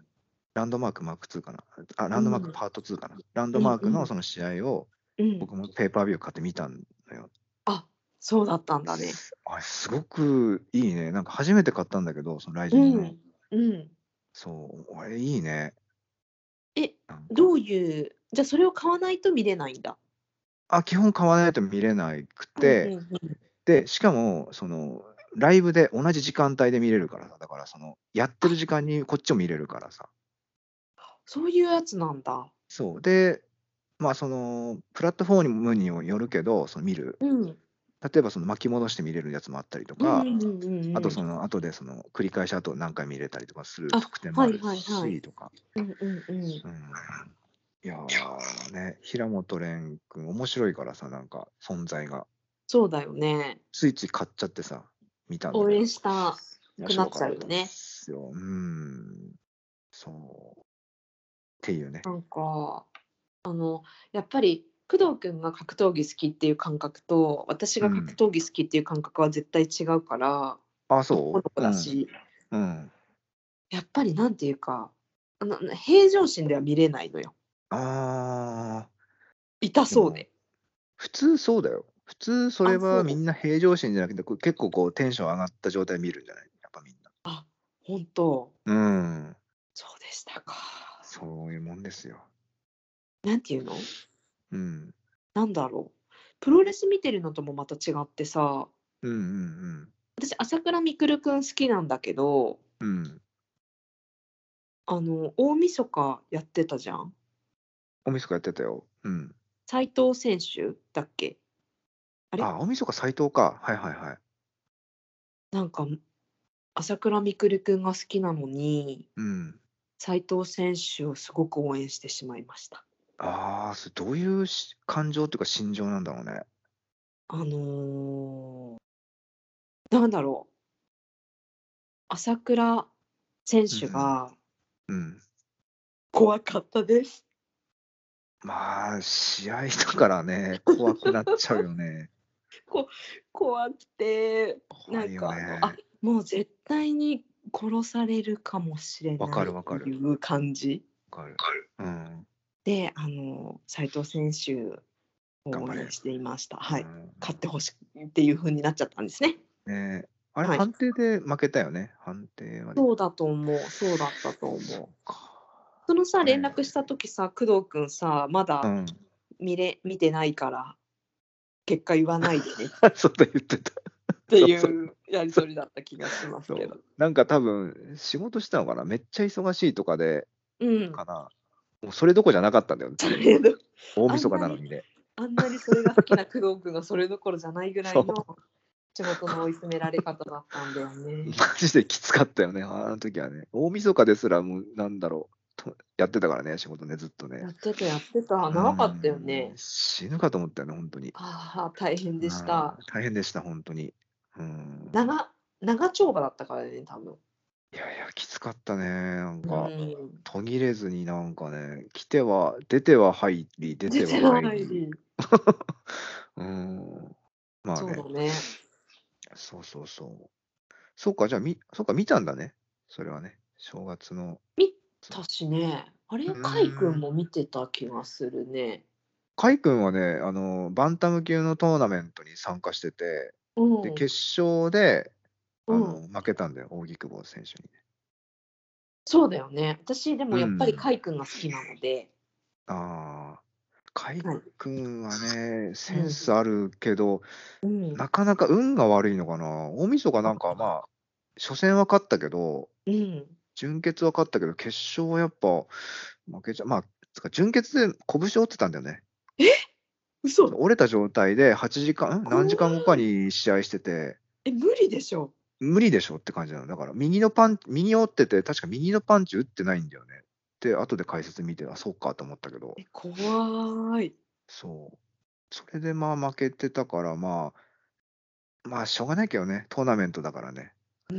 ランドマークマークツーかな。あ、 うランドマークん。 パートツーかな。ランドうんマークうんのその試合を、 うん。 僕もペーパービュー買って見たのよ。 あ、そうだったんだね。 あれ、すごくいいね。なんか初めて買ったんだけど、そのライうジンの。 ん。うん。 そう、あれいいね。 え、 なんか。 どういうじゃ、それを買わないと見れないんだ。 あ、基本買わないと見れなくうんうんて、 うん。 で、しかも、その、ライブで同じ時間帯で見れるからさ、だからその、やってあ、 る時間にこっちも見れるからさ。 そういうやつなんだ。 そう。で、まあ、その、プラットフォームにもよるけど、その見る。 うん。 例えばその巻き戻して見れるやつもあったりとか、 うんうんうんうんあとうん。 その後でその繰り返しあと何回見れたりとかするあ、はい特典もあるはいはい。 しとか。 うんうんうん。 うん。いやーね、平本蓮君面白いからさ、なんか存在が。 そうだよね。 ついつい買っちゃってさ、見たんだ応援けど。 した面くなっ白かったっちゃうよね。 すよ。うん。そう。っていうね。 なんか、あの、やっぱり工藤くんが格闘技好きっていう感覚と、私が格うん。 闘技好きっていう感覚は絶対違うから、 あ、 男の子そううん。 だし、 うん。 やっぱりなんていうか、あの、平常心では見れないのよ。 あー、 痛でも、 そうで。 普通そうだよ。普通それあ、そう。 はみんな平常心じゃなくて、こう結構こうテンション上がった状態で見るんじゃないやっぱみんな。 あ、本当。 うん。 そうでしたか。 そういうもんですよ。 なんていうの？ うん。 なんだろう。プロレス見てるのともまた違ってさ、 うんうん私朝倉未来くん好きなんだけど、 うん。うん。 あの、大晦日やってたじゃん。 おみそかやってたよ。うん。 斉藤選手だっけ？あれ？ あ、おみそか斎藤か。はいはいはい。 なんか、朝倉未来くんが好きなのに、 うん。 斉藤選手をすごく応援してしまいました。 ああ、それどういうし感情っていうか心情なんだろうね。 あの、なんだろう、朝倉選うん。 手がうん。 怖かったです。 まあ、試合だからね、怖くなっちゃうよね。 こ怖くて、なん怖いよかあの、あ、 ね。 もう絶対に殺されるかもしれわないっかるわかる。 ていう感じわかる。うん。 で、あの、斉藤選手を頑張れ。 応援していました。はい。 うん。 勝ってほしいっていう風になっちゃったんですね。 ねえ。あれ、 はい。 判定で負けたよね。判定はね。 そうだと思う。そうだったとそっ思う。 か。 そのさ、 あれ、 連絡した時さ、工藤くんさ、まだうん。 見れ見てないから、結果言わないでねっそうだ、言ってた。 てそうそういうやりそう取りだった気がしますけど。 そう。なんか多分、仕事したのかな、めっちゃ忙しいとかで、 うん。 かな。もうそれどころじゃなかったんだよね、多分。 それど大晦あんなに日なのにね。 あんなにそれが好きな工藤くんがそれどころじゃないぐらそう。 いの仕事の追い詰められ方だったんだよね。 マジできつかったよね、あの時はね。大晦日ですらもう、なんだろう、とやってたからね、仕事ね、ずっとね。 やってたやってた。 うー長かったよん、 ね。 死ぬかと思ったよね、ほんとに。 ああ、大変でしああ、 た。 大変でした、ほんとに。うーん。 長長丁場だったからね、多分。 いやいや、きつかったね、なんうか。 ん。 途切れずになんかね、来ては出ては入り、出ては出てな入り。 い。 うーん。まあね、 そうだね。 そうそうそう。そうか、じゃあ、みそうか、見たんだね、それはね。正月の見つたしね。あれ、 うカイ君ーん。 も見てた気がするね。 カイ君はね、あの、バンタム級のトーナメントに参加してて、で、 うん、 決勝で、 うん。 あの、負けたんだよ、扇久保選手にね。 そうだよね。私でもうやっぱりん。 カイ君が好きなので、 ああ、カイはい。 君はね、センうん、 スあるけど、 うん。 なかなか運が悪いのかな。大晦日あなんか、まあ、 あ、初戦は勝ったけど、 うん。 準決は勝ったけど、決勝はやっぱ負けちゃまあ、つか準決で拳を折ってたんだよね。 え、嘘。 折れた状態ではちじかんん、何時間後か怖い。 に試合してて、 え、無理でしょ。 無理でしょって感じなの。だから右のパン右折ってて、確か右のパンチ打ってないんだよね。で、後で解説見て、あ、そうかと思ったけど、 え、怖い。 そう。それでまあ負けてたから、まあ、まあしょうがないけどね、トーナメントだからね。 うん、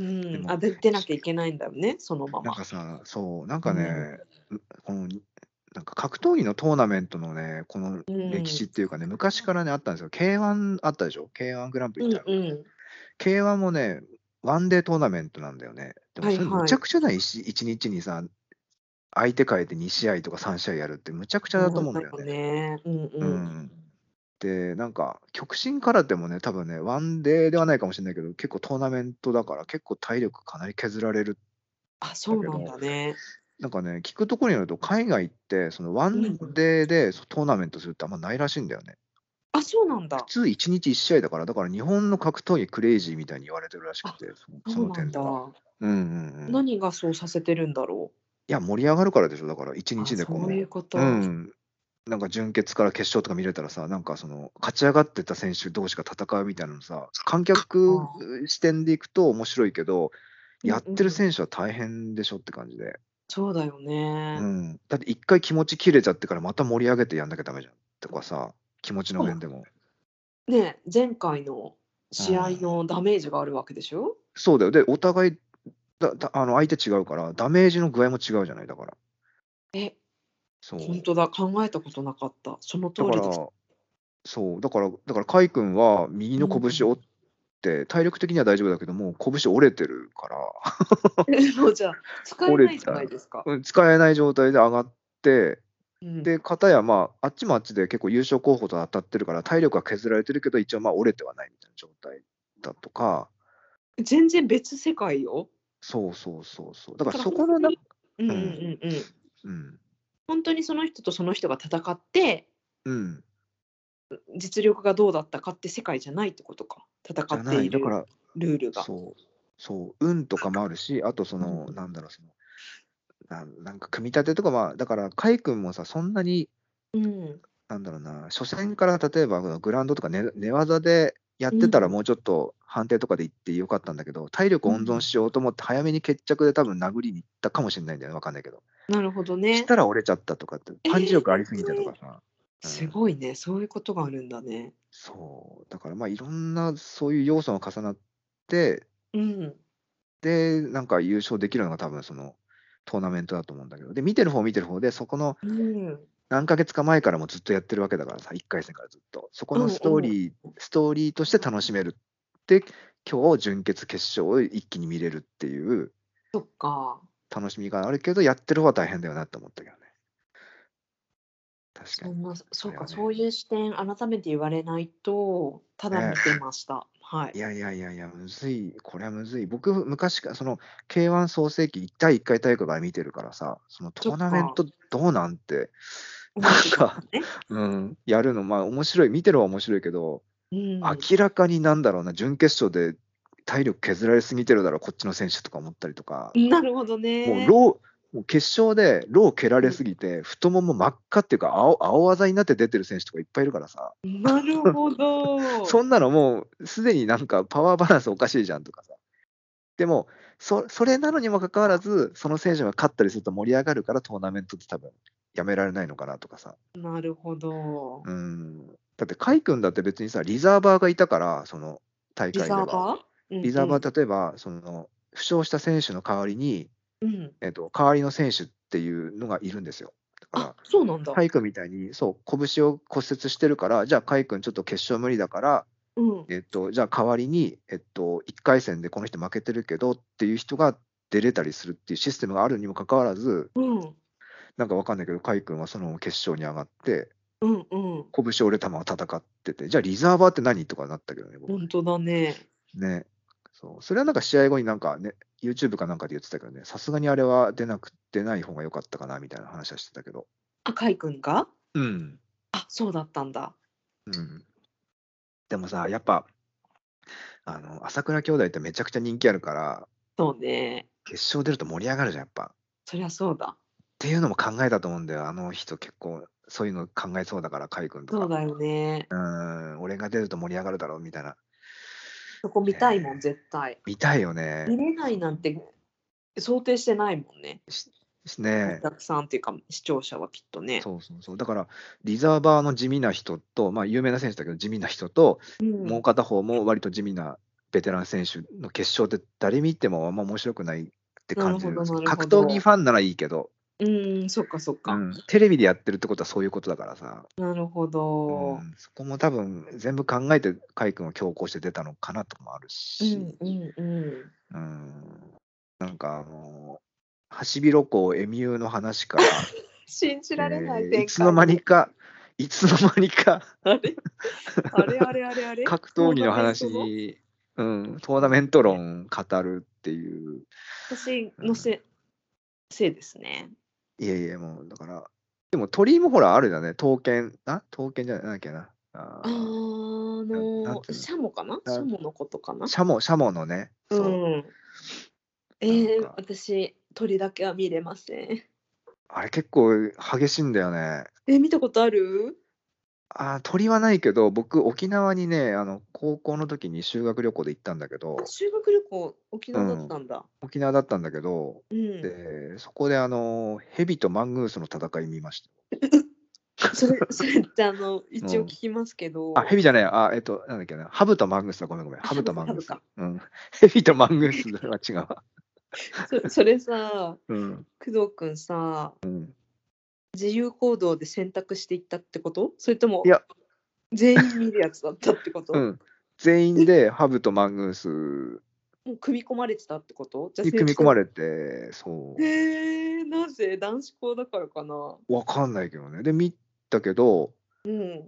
でも、 あ、で出なしきゃいけないんだよね、そのまなんま。 かさ、そう、なんかうん、 ね、うこの、なんか格闘技のトーナメントのね、このう歴史っん、 ていうかね、昔からね、あったんですよ。ケーワン あったでしょ ?ケーワン グランプリうんってある。 うん。 ケーワン もね、ワンデートーナメントなんだよね。でもそれむはいはい。 ちゃくちゃないし、いちにちにさ、 相手変えてに試合とかさん試合やるってむちゃくちゃだとそうだよ思うんだよね。 ね。うんううん。 ん。で、なんか、極真空手もね、多分ね、ワンデーではないかもしれないけど、結構トーナメントだから、結構体力かなり削られるんあ、そうなんだけど、 だね。 なんかね、聞くところによると、海外って、そのワンうん。 デーでそトーナメントするってあんまないらしいんだよね。 あ、そうなん普だ。 通いちにちいち試合だから、だから日本の格闘技クレイジーみたいに言われてるらしくあ、 て、そのそそうなんだ。 の点では。うんうんうん。 何がそうさせてるんだろう。 いや、盛り上がるからでしょ、だから1 あ、 日でこそういうのこと。 うん、なんか準決から決勝とか見れたらさ、なんかその勝ち上がってた選手同士が戦うみたいなのさ、観客あ、 視点でいくと面白いけど、 うんやってるうん。 選手は大変でしょって感じで。 そうだよね。 うん。だっていっかい気持ち切れちゃってからまた盛り上げてやんなきゃダメじゃんとかさ、気持ちしかもの面でも。 ね、前回の試合うん。 のダメージがあるわけでしょ？ そうだよ。で、お互い、だだあの、相手違うから、ダメージの具合も違うじゃない、だから。 え、ほんそう。 とだ、考えたことなかった。そのだから通りです。 そう、だからだから甲斐君は右のうん。 拳折って、体力的には大丈夫だけども、拳折れてるから、 え、もうじゃあ、使えないじゃな折れたいですか。 うん、使えない状態で上がって、 うん。 で、片や、まあ、あっちもあっちで結構優勝候補と当たってるから、体力は削られてるけど、一応、まあ、折れてはないみたいな状態だとか、 全然別世界よ。 そうそうそうそう。だからだからそこのなほんとにうんうんううん、 んうん。 うん、 ほんとにその人とその人が戦って、 うん、 実力がどうだったかって世界じゃないってことか。戦じゃない。だかっているら、 ルールが。 そう、そう、運とかもあるし、あとその、 うん。 なんだろう、そのなんなんか組み立てとか、まあ、だから、甲斐君もさ、そんなに、 うん。 なんだろうな、初戦から例えば、グラウンドとか寝寝技でやっうん。 てたら、もうちょっと判定とかでいってよかったんだけど、体力温存うん。 しようと思って、早めに決着で多分殴りに行ったかもしれないんだよね、わかんないけど。 なるほどしね。 たら折れちゃったとかって、 えパンチ力ありすぎてとえ！ かさ。うん、 すごいね、そういうことがあるんだね。 そう、だから、ま、いろんなそういう要素が重なって、 うん。 で、なんか優勝できるのが多分そのトーナメントだと思うんだけど、で、見てる方見てる方で、そこのうん。 何ヶ月か前からもずっとやってるわけだからさ、いっかい戦からずっと。そこうんのストーうん。 リーストーリーとして楽しめるって、今日準決決勝を一気に見れるっていうそっか。 楽しみがあるけど、やってる方は大変だよなって思ったけどね。確かに。 そんな、そうか、 それはね。 そういう視点改めて言われないと、ただ見ね。 てました。はい。 いやいやいやいや、むずい、これはむずい。僕、昔からその ケーワン 創世記いち対いっかい大会から見てるからさ、そのトーそっか、 ナメントどうなんて、な思ってたんだんか、 ね。 うん、やるの、まあ面白い、見てるは面白いけど、 うん。 明らかになんだろうな、準決勝で体力削られすぎてるだろ、こっちの選手とか思ったりとか、 なるほどもうね。 ローもう決勝でロー蹴らうん。 れすぎて、太もも真っ赤っていうか、青青あざになって出てる選手とかいっぱいいるからさ、 なるほど。 そんなのもうすでになんかパワーバランスおかしいじゃんとかさ。でも、そそれなのにもかかわらず、その選手が勝ったりすると盛り上がるから、トーナメントって多分やめられないのかなとかさ。 なるほど。 うーん。だって甲斐君だって別にさ、リザーバーがいたから、その大リ会では。 ザーバー？うんリザーバうん。 ー例えば、その負傷した選手の代わりに、 うん。 えっと、代わりの選手っていうのがいるんですよ。だかあ、 ら、 そうなんだ。 甲斐君みたいに、そう、拳を骨折してるから、じゃあ甲斐君ちょっと決勝無理だから、 うん。 えっと、じゃあ代わりに、えっと、いっかい戦でこの人負けてるけどっていう人が出れたりするっていうシステムがあるにもかかわらず、 うん。 なんかわかんないけど、甲斐君はその決勝に上がって、 うんうん。 拳折れたまま戦ってて、じゃあリザーバーって何とかなったけどね、僕はね。 ほんとだね。 ね。そう。それはなんか試合後になんかね、YouTube かなんかで言ってたけどね、さすがにあれは出なく出ない方が良かったかなみたいな話はしてたけど。 あ、カイ君が？ うん。 あ、そうだったんだ。 うん。でもさ、やっぱ、あの、朝倉兄弟ってめちゃくちゃ人気あるから、 そうね。 決勝出ると盛り上がるじゃん、やっぱ。 そりゃそうだ。 っていうのも考えたと思うんだよ。あの人結構そういうの考えそうだから、甲斐君とか。 そうだよね。 うーん、俺が出ると盛り上がるだろうみたいな。 そこ見たいもん、 ね絶対。 え、見たいよね。 見れないなんて想定してないもんね。 ししねえ。 お客さんっていうか、視聴者はきっとね。 そうそうそう。だから、リザーバーの地味な人と、まあ、有名な選手だけど地味な人と、 うん。 もう片方も割と地味なベテラン選手の決勝って誰見てもあんま面白くないって感じる。 なるほどなる格闘技ほど。 ファンならいいけど、 うーん、そっかそっか。 うん、テレビでやってるってことはそういうことだからさ。 なるほど。 うん、そこも多分全部考えて甲斐君は強行して出たのかなとかもあるうんし、 うんうん。 うん、なんかあのハシビロコウ、エミューの話から、 信じられないえー展開いつの間にか、いつの間にかあれあれあれあれあれ格闘技のトーナメントの話、うん、トーナメント論語るっていう、 私のせ,、せいですね。 いやいや、もうだから、でも鳥居もほらあるだね、刀剣、あ刀剣じゃないなんだっけな、ああーななんのつうのシャモかなシャモのことかな。 シャモ、シャモのね、 うそう、 ん。えー、 なんか、 私鳥だけは見れません。 あれ結構激しいんだよね。 え見たことある？ あー鳥はないけど、僕、沖縄にね、あの高校の時に修学旅行で行ったんだけあど、 修学旅行沖縄だっうん、 たんだ。 沖縄だったんだけど、 うん。 で、そこであの、ヘビとマングースの戦い見ました。 それそれってあの一応聞うん。 きますけあ、 ど。 ヘビじゃない、あ、えっと、なんだっけな、ハブとマングースだ、ごめんごめん、 あハブとハブかマングース。 ハブか。 うん。ヘビとマングースは違うわ。 そそれさうん。 工藤くんさうん。 自由行動で選択していったってこと？それともいや、 全員見るやつだったってこと？ うん。全員でハブとマングースもう組み込まれてたってこと？じゃあに組み込まれて、そへえ、なぜ男子校だからかな。 う、わかんないけどね。で、見たけど、 うん。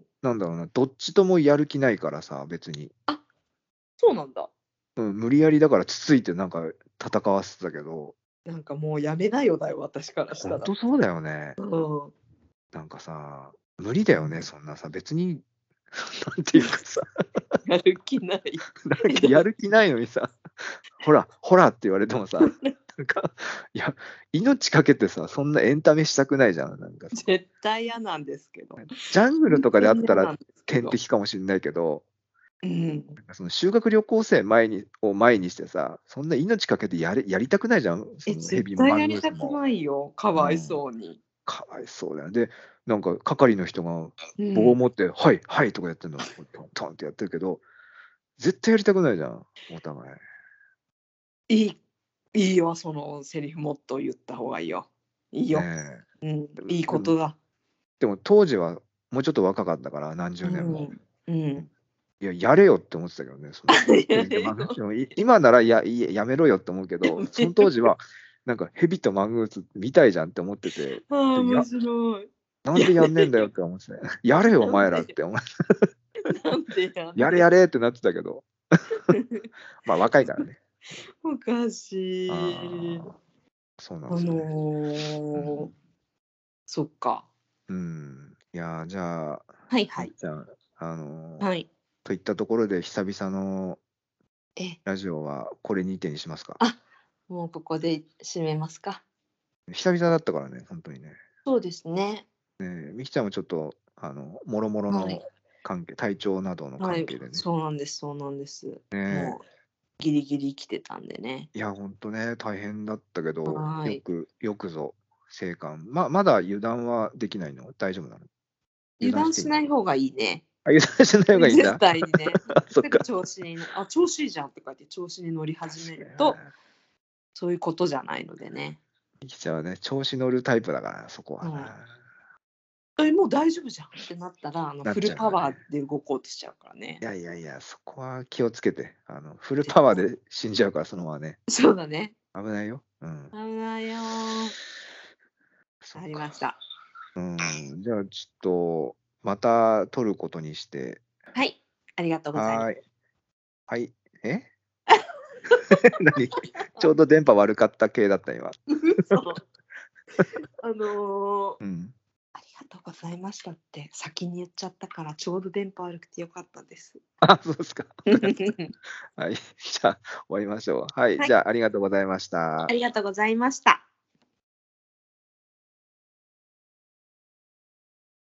なんだろうな、どっちともやる気ないからさ、別に。 あ、そうなんだ。 うん、無理やりだからつついてなんか戦わせてたけど、 なんかもうやめなよだよ、私からしたほんら。 とそうだよね。 うん。 なんかさ、無理だよね、 うんそんなさ、別に、なんていうかさ、 やる気ない。 なんかやる気ないのにさ、ほら、ほらって言われてもさ、なんか、いや、命かけてさ、そんなエンタメしたくないじゃん。なんかさ絶対嫌なんですけど。 ジャングルとかであったら全然嫌なんですけど。 天敵かもしれないけど、 うん。 なんかその修学旅行生前にを前にしてさ、そんな命かけてやれやりたくないじゃん、そえ、 のヘ絶ビもマン対やりたくグースも。 ないよ。かわいそうに。 かわいそうだよ。で、なんか係の人がうん。 棒を持って、はい、はいとかやってるの、トントンってやってるけど、絶対やりたくないじゃん、お互い。 いい、いいよ、そのセリフもっと言った方がいいよ。いいよ。 ねうん、 え。でもいいでもことだ。 でも当時はもうちょっと若かったから、何十う年も。 ん。うん。 いや、やれよって思ってたけどね、そのヘビとマングース。 やでもい今ならやいややめろよって思うけど、その当時は、なんかヘビとマングース見たいじゃんって思ってて、 ああ、 でや面白い。 なんでやんねえんだよって思ってたよ。やれよ、お前らなんでって思う。 なんでやんやれねやれってなってたけど、まあ若いからね。 おかしあい。 あ、そうなんあですよね。 のー、そっか。 うん。うん。いやー、じゃあ、 はいはい。 みっちゃん、あのーはい。 といったところで久々のえ、 ラジオはこれにてにしますか。 あ、もうここで締めますか。 久々だったからね、本当にね。 そうですね。 ねえ、みきちゃんもちょっと、あの、もろもろのはい。 関係、体調などのはい。 関係でね。 そうなんです、そうなんです。 ねもうギリギリ生きてたんでね。 え、いや、ほんとね、大変だったけど、 はい。 よく、よくぞ、生還。ま、まだ油断はできないの？大丈夫なの？油油断断していいの？ しない方がいいね。 あ、油断しない方がいいん絶だ。 対にね。 そっすぐか。 調子にのあ、調子いいじゃんって書いて調子に乗り始めると、そういうことじゃないのでね。 みきちゃんはね、調子乗るタイプだから、そこはうん。 な。 え、もう大丈夫じゃんってなったら、あのなっフルパちゃうからね。 ワーで動こうとしちゃうからいね。 やいやいや、そこは気をつけて。あの、フルパワーで死んじゃうから、そのままね。 そうだね。 危ないよ。うん。 危ないよー。 そっありましか。 た。 うん、じゃあちょっと、また撮ることにして。 はい、ありがとうございます。 はーい。はい。え何ちょうど電波悪かった系だった、今。 嘘。あのー、 うん。 ありがとうございましたって先に言っちゃったからちょうど電波悪くてよかったです。 あ、そうですか。 ははい。じゃあ、終わりましょう。はい。 い、 じゃあ、ありがとうございました。 ありがとうございました。